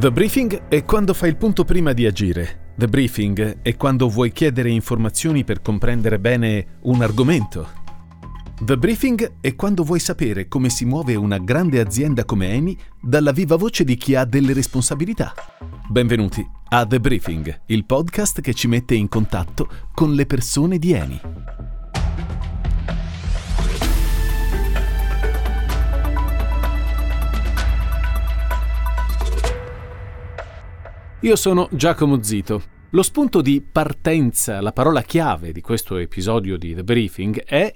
The Briefing è quando fai il punto prima di agire. The Briefing è quando vuoi chiedere informazioni per comprendere bene un argomento. The Briefing è quando vuoi sapere come si muove una grande azienda come Eni dalla viva voce di chi ha delle responsabilità. Benvenuti a The Briefing, il podcast che ci mette in contatto con le persone di Eni. Io sono Giacomo Zito. Lo spunto di partenza, la parola chiave di questo episodio di The Briefing è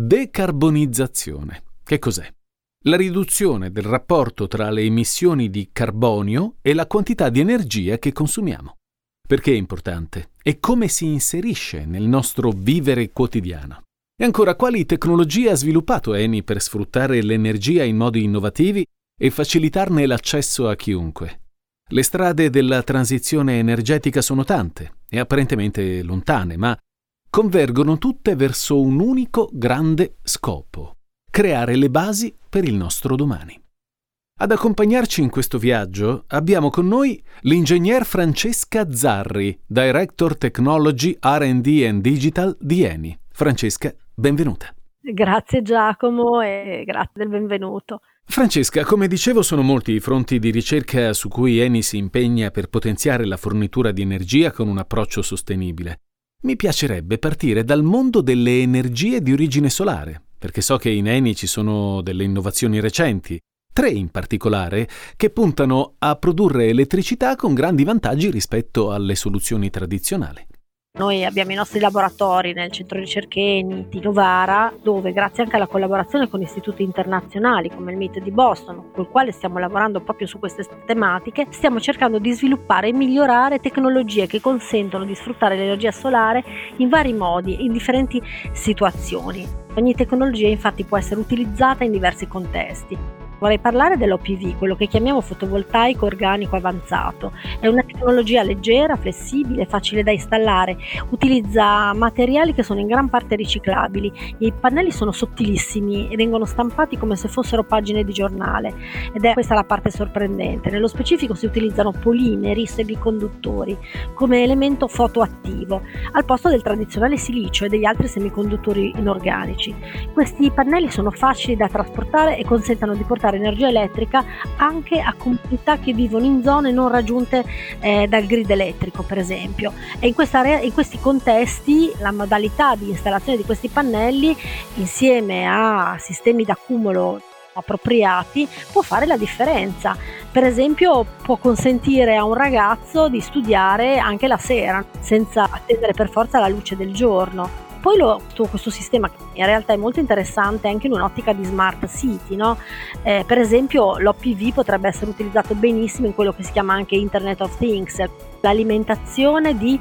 decarbonizzazione. Che cos'è? La riduzione del rapporto tra le emissioni di carbonio e la quantità di energia che consumiamo. Perché è importante? E come si inserisce nel nostro vivere quotidiano? E ancora, quali tecnologie ha sviluppato Eni per sfruttare l'energia in modi innovativi e facilitarne l'accesso a chiunque? Le strade della transizione energetica sono tante e apparentemente lontane, ma convergono tutte verso un unico grande scopo: creare le basi per il nostro domani. Ad accompagnarci in questo viaggio abbiamo con noi l'ingegner Francesca Zarri, Director Technology R&D and Digital di Eni. Francesca, benvenuta. Grazie Giacomo e grazie del benvenuto. Francesca, come dicevo, sono molti i fronti di ricerca su cui Eni si impegna per potenziare la fornitura di energia con un approccio sostenibile. Mi piacerebbe partire dal mondo delle energie di origine solare, perché so che in Eni ci sono delle innovazioni recenti, 3 in particolare, che puntano a produrre elettricità con grandi vantaggi rispetto alle soluzioni tradizionali. Noi abbiamo i nostri laboratori nel centro ricerche Eni di Novara, dove grazie anche alla collaborazione con istituti internazionali come il MIT di Boston, col quale stiamo lavorando proprio su queste tematiche, stiamo cercando di sviluppare e migliorare tecnologie che consentono di sfruttare l'energia solare in vari modi, in differenti situazioni. Ogni tecnologia infatti può essere utilizzata in diversi contesti. Vorrei parlare dell'OPV, quello che chiamiamo fotovoltaico organico avanzato. È una tecnologia leggera, flessibile, facile da installare, utilizza materiali che sono in gran parte riciclabili. I pannelli sono sottilissimi e vengono stampati come se fossero pagine di giornale, ed è questa la parte sorprendente. Nello specifico si utilizzano polimeri semiconduttori come elemento fotoattivo, al posto del tradizionale silicio e degli altri semiconduttori inorganici. Questi pannelli sono facili da trasportare e consentono di portare energia elettrica anche a comunità che vivono in zone non raggiunte dal grid elettrico, per esempio. E in questi contesti la modalità di installazione di questi pannelli insieme a sistemi d'accumulo appropriati può fare la differenza. Per esempio, può consentire a un ragazzo di studiare anche la sera senza attendere per forza la luce del giorno. Poi questo sistema in realtà è molto interessante anche in un'ottica di smart city, no? Per esempio l'OPV potrebbe essere utilizzato benissimo in quello che si chiama anche Internet of Things, l'alimentazione di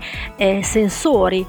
sensori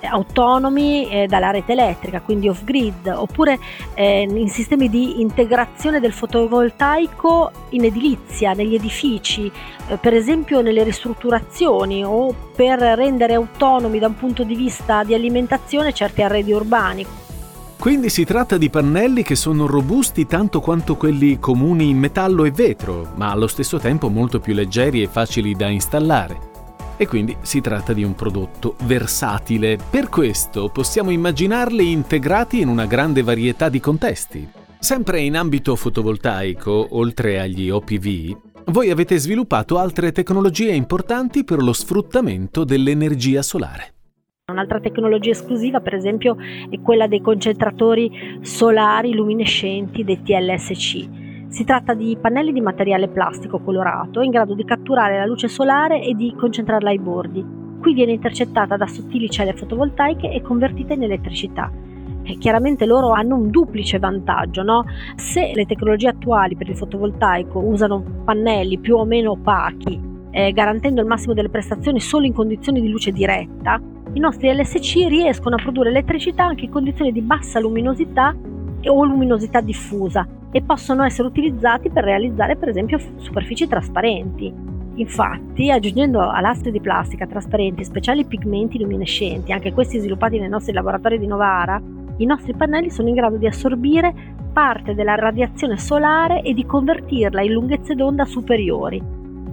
autonomi dalla rete elettrica, quindi off-grid, oppure in sistemi di integrazione del fotovoltaico in edilizia, negli edifici, per esempio nelle ristrutturazioni o per rendere autonomi da un punto di vista di alimentazione certi arredi urbani. Quindi si tratta di pannelli che sono robusti tanto quanto quelli comuni in metallo e vetro, ma allo stesso tempo molto più leggeri e facili da installare. E quindi si tratta di un prodotto versatile. Per questo possiamo immaginarli integrati in una grande varietà di contesti. Sempre in ambito fotovoltaico, oltre agli OPV, voi avete sviluppato altre tecnologie importanti per lo sfruttamento dell'energia solare. Un'altra tecnologia esclusiva, per esempio, è quella dei concentratori solari luminescenti dei TLSC. Si tratta di pannelli di materiale plastico colorato in grado di catturare la luce solare e di concentrarla ai bordi. Qui viene intercettata da sottili celle fotovoltaiche e convertita in elettricità. E chiaramente loro hanno un duplice vantaggio, no? Se le tecnologie attuali per il fotovoltaico usano pannelli più o meno opachi, garantendo il massimo delle prestazioni solo in condizioni di luce diretta, i nostri LSC riescono a produrre elettricità anche in condizioni di bassa luminosità o luminosità diffusa e possono essere utilizzati per realizzare per esempio superfici trasparenti. Infatti, aggiungendo a lastre di plastica trasparenti speciali pigmenti luminescenti, anche questi sviluppati nei nostri laboratori di Novara, i nostri pannelli sono in grado di assorbire parte della radiazione solare e di convertirla in lunghezze d'onda superiori.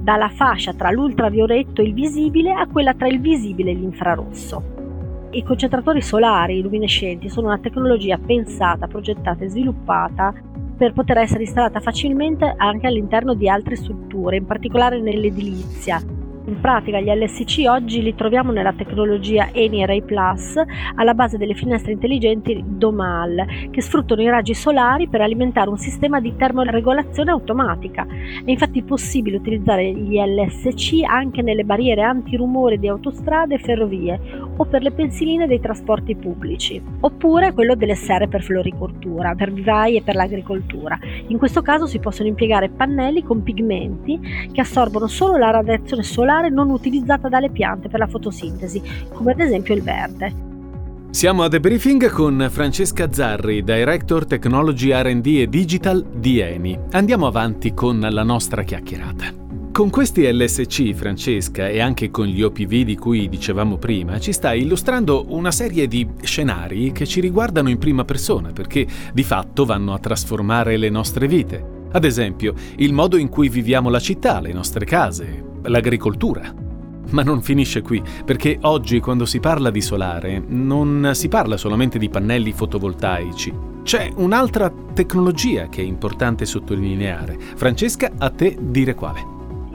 dalla fascia tra l'ultravioletto e il visibile a quella tra il visibile e l'infrarosso. I concentratori solari luminescenti sono una tecnologia pensata, progettata e sviluppata per poter essere installata facilmente anche all'interno di altre strutture, in particolare nell'edilizia. In pratica gli LSC oggi li troviamo nella tecnologia Eni Array Plus alla base delle finestre intelligenti Domal, che sfruttano i raggi solari per alimentare un sistema di termoregolazione automatica. È infatti possibile utilizzare gli LSC anche nelle barriere antirumore di autostrade e ferrovie o per le pensiline dei trasporti pubblici, oppure quello delle serre per floricoltura, per vivai e per l'agricoltura. In questo caso si possono impiegare pannelli con pigmenti che assorbono solo la radiazione solare non utilizzata dalle piante per la fotosintesi, come ad esempio il verde. Siamo a The Briefing con Francesca Zarri, Director Technology R&D e Digital di Eni. Andiamo avanti con la nostra chiacchierata. Con questi LSC, Francesca, e anche con gli OPV di cui dicevamo prima, ci stai illustrando una serie di scenari che ci riguardano in prima persona, perché di fatto vanno a trasformare le nostre vite. Ad esempio, il modo in cui viviamo la città, le nostre case, l'agricoltura. Ma non finisce qui, perché oggi quando si parla di solare non si parla solamente di pannelli fotovoltaici. C'è un'altra tecnologia che è importante sottolineare. Francesca, a te dire quale.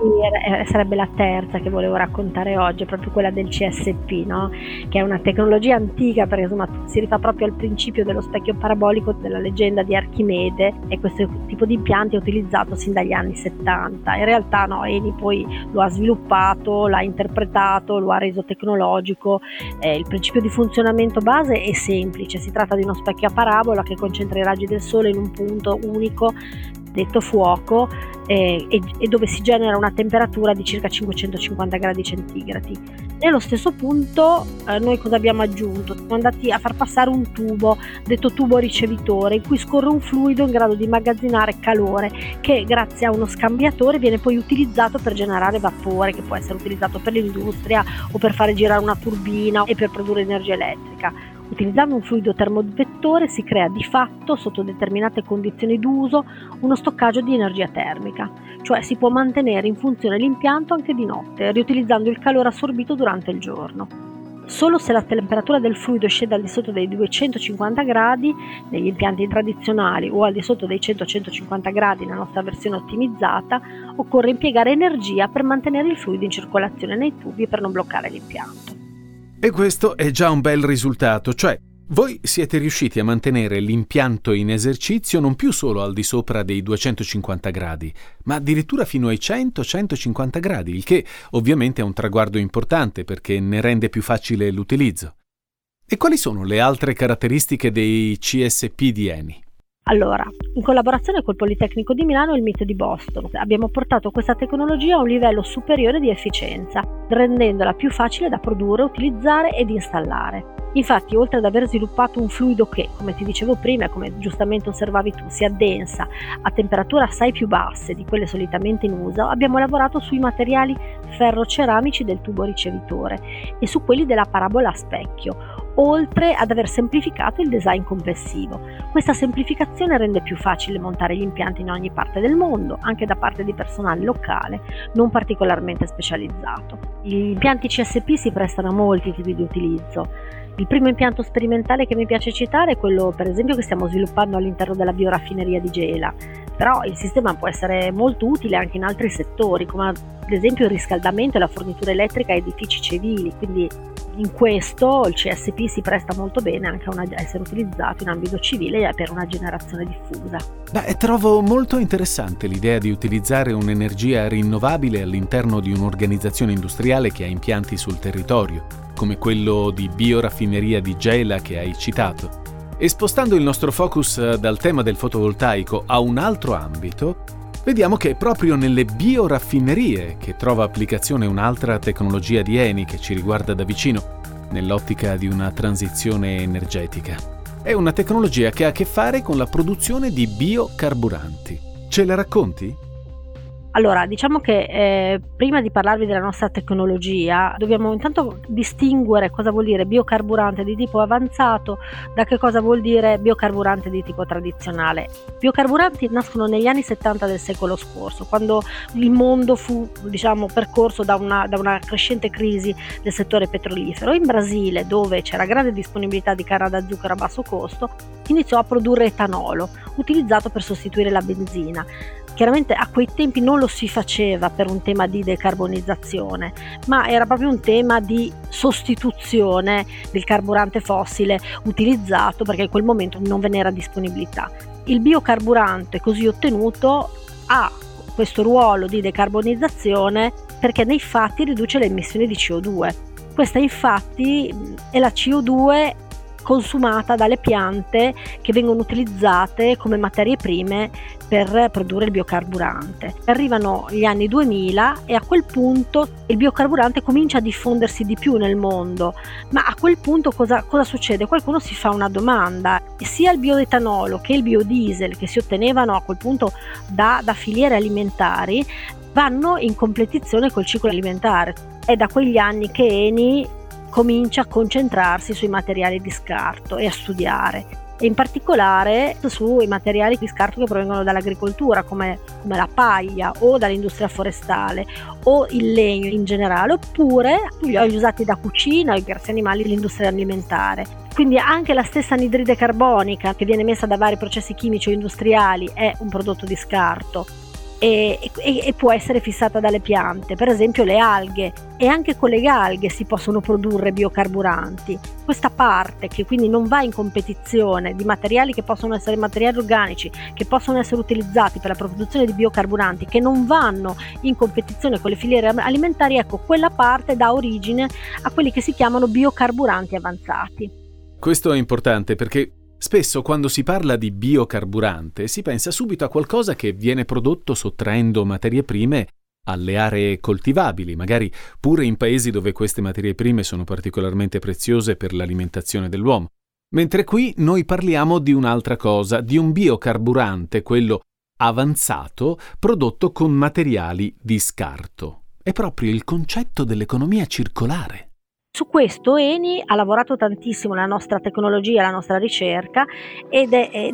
Sarebbe la terza che volevo raccontare oggi, proprio quella del CSP, no? Che è una tecnologia antica, perché insomma si rifà proprio al principio dello specchio parabolico della leggenda di Archimede, e questo tipo di impianti è utilizzato sin dagli anni 70. In realtà no, Eni poi lo ha sviluppato, l'ha interpretato, lo ha reso tecnologico. Il principio di funzionamento base è semplice: si tratta di uno specchio a parabola che concentra i raggi del sole in un punto unico, detto fuoco, e dove si genera una temperatura di circa 550 gradi centigradi. Nello stesso punto noi cosa abbiamo aggiunto? Siamo andati a far passare un tubo, detto tubo ricevitore, in cui scorre un fluido in grado di immagazzinare calore che grazie a uno scambiatore viene poi utilizzato per generare vapore, che può essere utilizzato per l'industria o per fare girare una turbina e per produrre energia elettrica. Utilizzando un fluido termovettore si crea di fatto, sotto determinate condizioni d'uso, uno stoccaggio di energia termica, cioè si può mantenere in funzione l'impianto anche di notte, riutilizzando il calore assorbito durante il giorno. Solo se la temperatura del fluido scende al di sotto dei 250 gradi negli impianti tradizionali o al di sotto dei 100-150 gradi nella nostra versione ottimizzata, occorre impiegare energia per mantenere il fluido in circolazione nei tubi e per non bloccare l'impianto. E questo è già un bel risultato, cioè voi siete riusciti a mantenere l'impianto in esercizio non più solo al di sopra dei 250 gradi, ma addirittura fino ai 100-150 gradi, il che ovviamente è un traguardo importante perché ne rende più facile l'utilizzo. E quali sono le altre caratteristiche dei CSP di Eni? Allora, in collaborazione col Politecnico di Milano e il MIT di Boston, abbiamo portato questa tecnologia a un livello superiore di efficienza, rendendola più facile da produrre, utilizzare ed installare. Infatti, oltre ad aver sviluppato un fluido che, come ti dicevo prima e come giustamente osservavi tu, si addensa a temperature assai più basse di quelle solitamente in uso, abbiamo lavorato sui materiali ferroceramici del tubo ricevitore e su quelli della parabola a specchio, oltre ad aver semplificato il design complessivo. Questa semplificazione rende più facile montare gli impianti in ogni parte del mondo, anche da parte di personale locale, non particolarmente specializzato. Gli impianti CSP si prestano a molti tipi di utilizzo. Il primo impianto sperimentale che mi piace citare è quello, per esempio, che stiamo sviluppando all'interno della bioraffineria di Gela. Però il sistema può essere molto utile anche in altri settori, come ad esempio il riscaldamento e la fornitura elettrica a edifici civili, quindi in questo il CSP si presta molto bene anche a essere utilizzato in ambito civile e per una generazione diffusa. Trovo molto interessante l'idea di utilizzare un'energia rinnovabile all'interno di un'organizzazione industriale che ha impianti sul territorio, come quello di bioraffineria di Gela che hai citato. E spostando il nostro focus dal tema del fotovoltaico a un altro ambito, vediamo che è proprio nelle bioraffinerie che trova applicazione un'altra tecnologia di Eni che ci riguarda da vicino, nell'ottica di una transizione energetica. È una tecnologia che ha a che fare con la produzione di biocarburanti. Ce la racconti? Allora, diciamo che prima di parlarvi della nostra tecnologia dobbiamo intanto distinguere cosa vuol dire biocarburante di tipo avanzato da che cosa vuol dire biocarburante di tipo tradizionale. Biocarburanti nascono negli anni 70 del secolo scorso, quando il mondo fu, percorso da una crescente crisi del settore petrolifero. In Brasile, dove c'era grande disponibilità di canna da zucchero a basso costo, iniziò a produrre etanolo, utilizzato per sostituire la benzina. Chiaramente a quei tempi non lo si faceva per un tema di decarbonizzazione, ma era proprio un tema di sostituzione del carburante fossile utilizzato, perché in quel momento non ve n'era disponibilità. Il biocarburante così ottenuto ha questo ruolo di decarbonizzazione perché nei fatti riduce le emissioni di CO2. Questa infatti è la CO2 consumata dalle piante che vengono utilizzate come materie prime per produrre il biocarburante. Arrivano gli anni 2000 e a quel punto il biocarburante comincia a diffondersi di più nel mondo, ma a quel punto cosa succede? Qualcuno si fa una domanda: sia il bioetanolo che il biodiesel che si ottenevano a quel punto da filiere alimentari vanno in competizione col ciclo alimentare. È da quegli anni che Eni comincia a concentrarsi sui materiali di scarto e a studiare, e in particolare sui materiali di scarto che provengono dall'agricoltura, come la paglia o dall'industria forestale o il legno in generale, oppure gli oli usati da cucina o i grassi animali dell'industria alimentare. Quindi anche la stessa anidride carbonica che viene emessa da vari processi chimici o industriali è un prodotto di scarto e può essere fissata dalle piante, per esempio le alghe, e anche con le alghe si possono produrre biocarburanti. Questa parte che quindi non va in competizione di materiali che possono essere materiali organici, che possono essere utilizzati per la produzione di biocarburanti, che non vanno in competizione con le filiere alimentari, ecco, quella parte dà origine a quelli che si chiamano biocarburanti avanzati. Questo è importante perché spesso quando si parla di biocarburante si pensa subito a qualcosa che viene prodotto sottraendo materie prime alle aree coltivabili, magari pure in paesi dove queste materie prime sono particolarmente preziose per l'alimentazione dell'uomo. Mentre qui noi parliamo di un'altra cosa, di un biocarburante, quello avanzato, prodotto con materiali di scarto. È proprio il concetto dell'economia circolare. Su questo Eni ha lavorato tantissimo la nostra tecnologia, la nostra ricerca, ed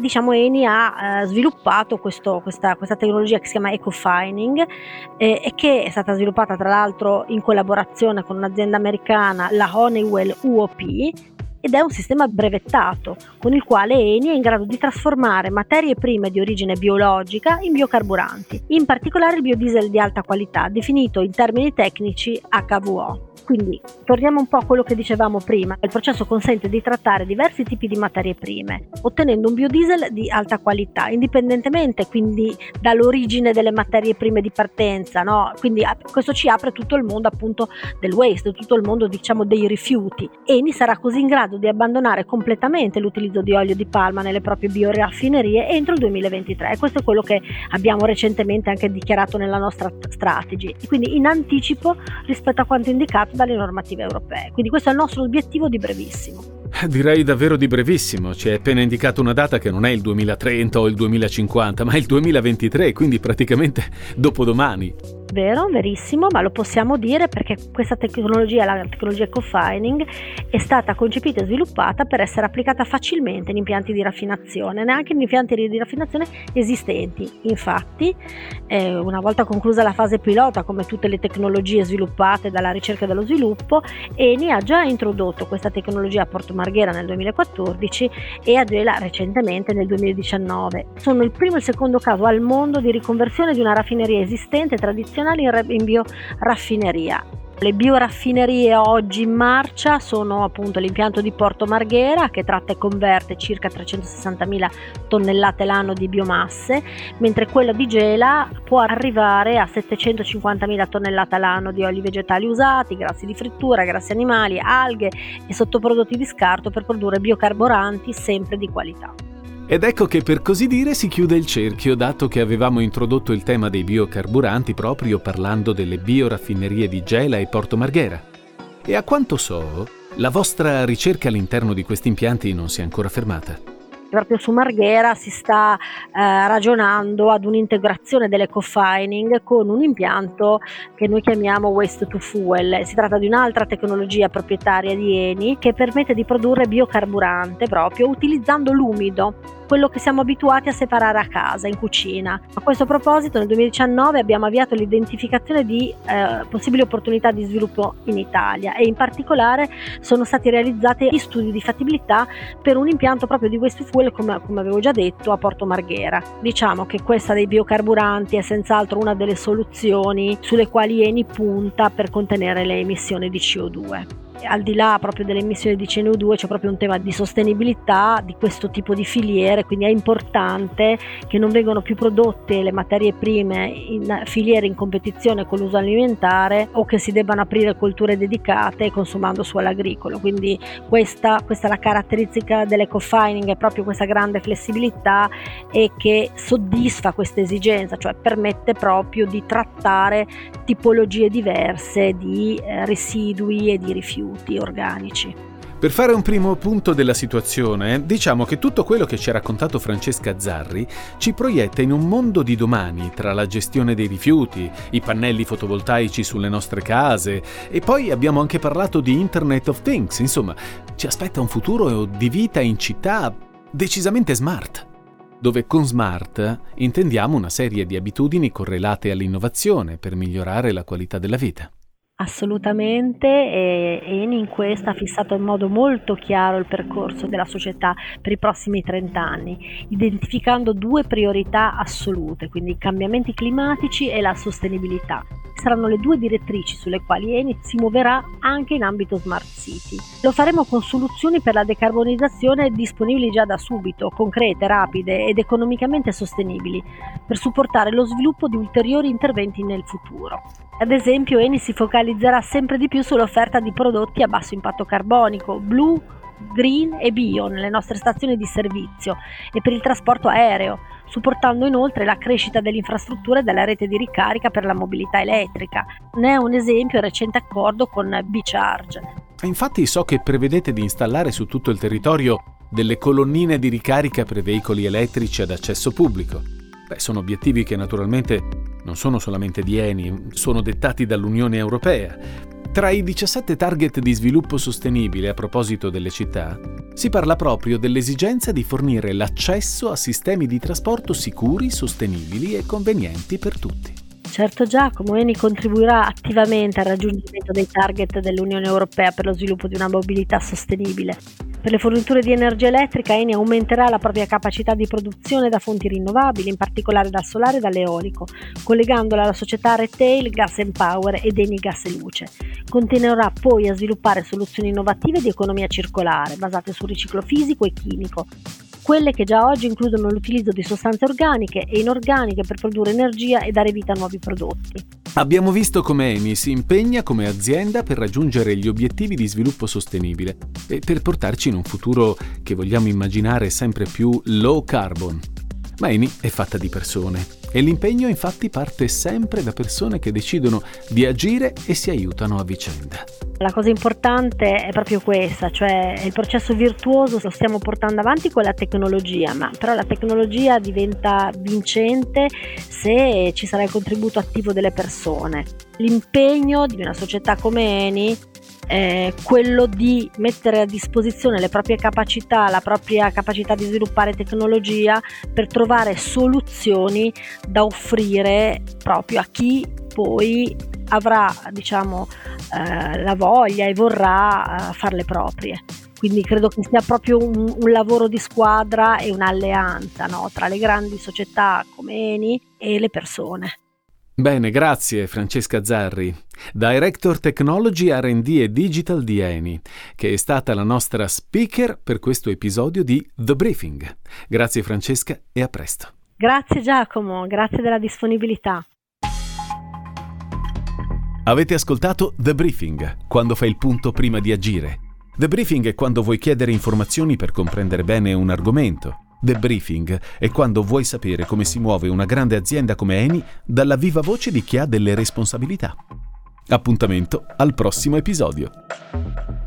Eni ha sviluppato questa tecnologia che si chiama Ecofining e che è stata sviluppata tra l'altro in collaborazione con un'azienda americana, la Honeywell UOP, ed è un sistema brevettato con il quale Eni è in grado di trasformare materie prime di origine biologica in biocarburanti, in particolare il biodiesel di alta qualità, definito in termini tecnici HVO. Quindi torniamo un po' a quello che dicevamo prima: il processo consente di trattare diversi tipi di materie prime, ottenendo un biodiesel di alta qualità, indipendentemente quindi dall'origine delle materie prime di partenza, no? Quindi questo ci apre tutto il mondo appunto del waste, tutto il mondo dei rifiuti. Eni sarà così in grado di abbandonare completamente l'utilizzo di olio di palma nelle proprie bioraffinerie entro il 2023, e questo è quello che abbiamo recentemente anche dichiarato nella nostra strategy, e quindi in anticipo rispetto a quanto indicato dalle normative europee. Quindi questo è il nostro obiettivo di brevissimo. Direi davvero di brevissimo. Ci hai appena indicato una data che non è il 2030 o il 2050, ma il 2023, quindi praticamente dopodomani. Vero, verissimo, ma lo possiamo dire perché questa tecnologia, la tecnologia Ecofining, è stata concepita e sviluppata per essere applicata facilmente in impianti di raffinazione, neanche in impianti di raffinazione esistenti. Infatti, una volta conclusa la fase pilota, come tutte le tecnologie sviluppate dalla ricerca e dallo sviluppo, Eni ha già introdotto questa tecnologia a Porto Marghera nel 2014 e a Gela recentemente nel 2019. Sono il primo e il secondo caso al mondo di riconversione di una raffineria esistente tradizionale in bioraffineria. Le bioraffinerie oggi in marcia sono appunto l'impianto di Porto Marghera, che tratta e converte circa 360.000 tonnellate l'anno di biomasse, mentre quella di Gela può arrivare a 750.000 tonnellate l'anno di oli vegetali usati, grassi di frittura, grassi animali, alghe e sottoprodotti di scarto per produrre biocarburanti sempre di qualità. Ed ecco che per così dire si chiude il cerchio, dato che avevamo introdotto il tema dei biocarburanti proprio parlando delle bioraffinerie di Gela e Porto Marghera. E a quanto so, la vostra ricerca all'interno di questi impianti non si è ancora fermata. Proprio su Marghera si sta ragionando ad un'integrazione dell'ecofining con un impianto che noi chiamiamo waste to fuel. Si tratta di un'altra tecnologia proprietaria di Eni che permette di produrre biocarburante proprio utilizzando l'umido, quello che siamo abituati a separare a casa, in cucina. A questo proposito nel 2019 abbiamo avviato l'identificazione di possibili opportunità di sviluppo in Italia e in particolare sono stati realizzati gli studi di fattibilità per un impianto proprio di waste to fuel, come avevo già detto, a Porto Marghera. Diciamo che questa dei biocarburanti è senz'altro una delle soluzioni sulle quali Eni punta per contenere le emissioni di CO2. Al di là proprio delle emissioni di CO2 c'è proprio un tema di sostenibilità di questo tipo di filiere, quindi è importante che non vengano più prodotte le materie prime in filiere in competizione con l'uso alimentare o che si debbano aprire colture dedicate consumando suolo agricolo. Quindi questa è la caratteristica dell'ecofining, è proprio questa grande flessibilità e che soddisfa questa esigenza, cioè permette proprio di trattare tipologie diverse di residui e di rifiuti organici. Per fare un primo punto della situazione, diciamo che tutto quello che ci ha raccontato Francesca Zarri ci proietta in un mondo di domani, tra la gestione dei rifiuti, i pannelli fotovoltaici sulle nostre case e poi abbiamo anche parlato di Internet of Things. Insomma, ci aspetta un futuro di vita in città decisamente smart, dove con smart intendiamo una serie di abitudini correlate all'innovazione per migliorare la qualità della vita. Assolutamente, e Eni in questo ha fissato in modo molto chiaro il percorso della società per i prossimi 30 anni, identificando 2 priorità assolute, quindi i cambiamenti climatici e la sostenibilità. Saranno le 2 direttrici sulle quali Eni si muoverà anche in ambito Smart City. Lo faremo con soluzioni per la decarbonizzazione disponibili già da subito, concrete, rapide ed economicamente sostenibili, per supportare lo sviluppo di ulteriori interventi nel futuro. Ad esempio, Eni si focalizzerà sempre di più sull'offerta di prodotti a basso impatto carbonico, blu, green e bio nelle nostre stazioni di servizio e per il trasporto aereo, supportando inoltre la crescita delle infrastrutture della rete di ricarica per la mobilità elettrica. Ne è un esempio il recente accordo con B-Charge. Infatti so che prevedete di installare su tutto il territorio delle colonnine di ricarica per veicoli elettrici ad accesso pubblico. Sono obiettivi che naturalmente non sono solamente di Eni, sono dettati dall'Unione Europea. Tra i 17 target di sviluppo sostenibile a proposito delle città, si parla proprio dell'esigenza di fornire l'accesso a sistemi di trasporto sicuri, sostenibili e convenienti per tutti. Certo Giacomo, Eni contribuirà attivamente al raggiungimento dei target dell'Unione Europea per lo sviluppo di una mobilità sostenibile. Per le forniture di energia elettrica Eni aumenterà la propria capacità di produzione da fonti rinnovabili, in particolare dal solare e dall'eolico, collegandola alla società retail Gas & Power ed Eni Gas e Luce. Continuerà poi a sviluppare soluzioni innovative di economia circolare, basate sul riciclo fisico e chimico, quelle che già oggi includono l'utilizzo di sostanze organiche e inorganiche per produrre energia e dare vita a nuovi prodotti. Abbiamo visto come Eni si impegna come azienda per raggiungere gli obiettivi di sviluppo sostenibile e per portarci in un futuro che vogliamo immaginare sempre più low carbon. Ma Eni è fatta di persone e l'impegno infatti parte sempre da persone che decidono di agire e si aiutano a vicenda. La cosa importante è proprio questa, cioè il processo virtuoso lo stiamo portando avanti con la tecnologia, ma però la tecnologia diventa vincente se ci sarà il contributo attivo delle persone. L'impegno di una società come Eni è quello di mettere a disposizione le proprie capacità, la propria capacità di sviluppare tecnologia per trovare soluzioni da offrire proprio a chi poi avrà, la voglia e vorrà farle proprie. Quindi credo che sia proprio un lavoro di squadra e un'alleanza, no, tra le grandi società come Eni e le persone. Bene, grazie Francesca Zarri, Director Technology, R&D e Digital di Eni, che è stata la nostra speaker per questo episodio di The Briefing. Grazie Francesca e a presto. Grazie Giacomo, grazie della disponibilità. Avete ascoltato The Briefing, quando fai il punto prima di agire. The Briefing è quando vuoi chiedere informazioni per comprendere bene un argomento. The Briefing è quando vuoi sapere come si muove una grande azienda come Eni dalla viva voce di chi ha delle responsabilità. Appuntamento al prossimo episodio.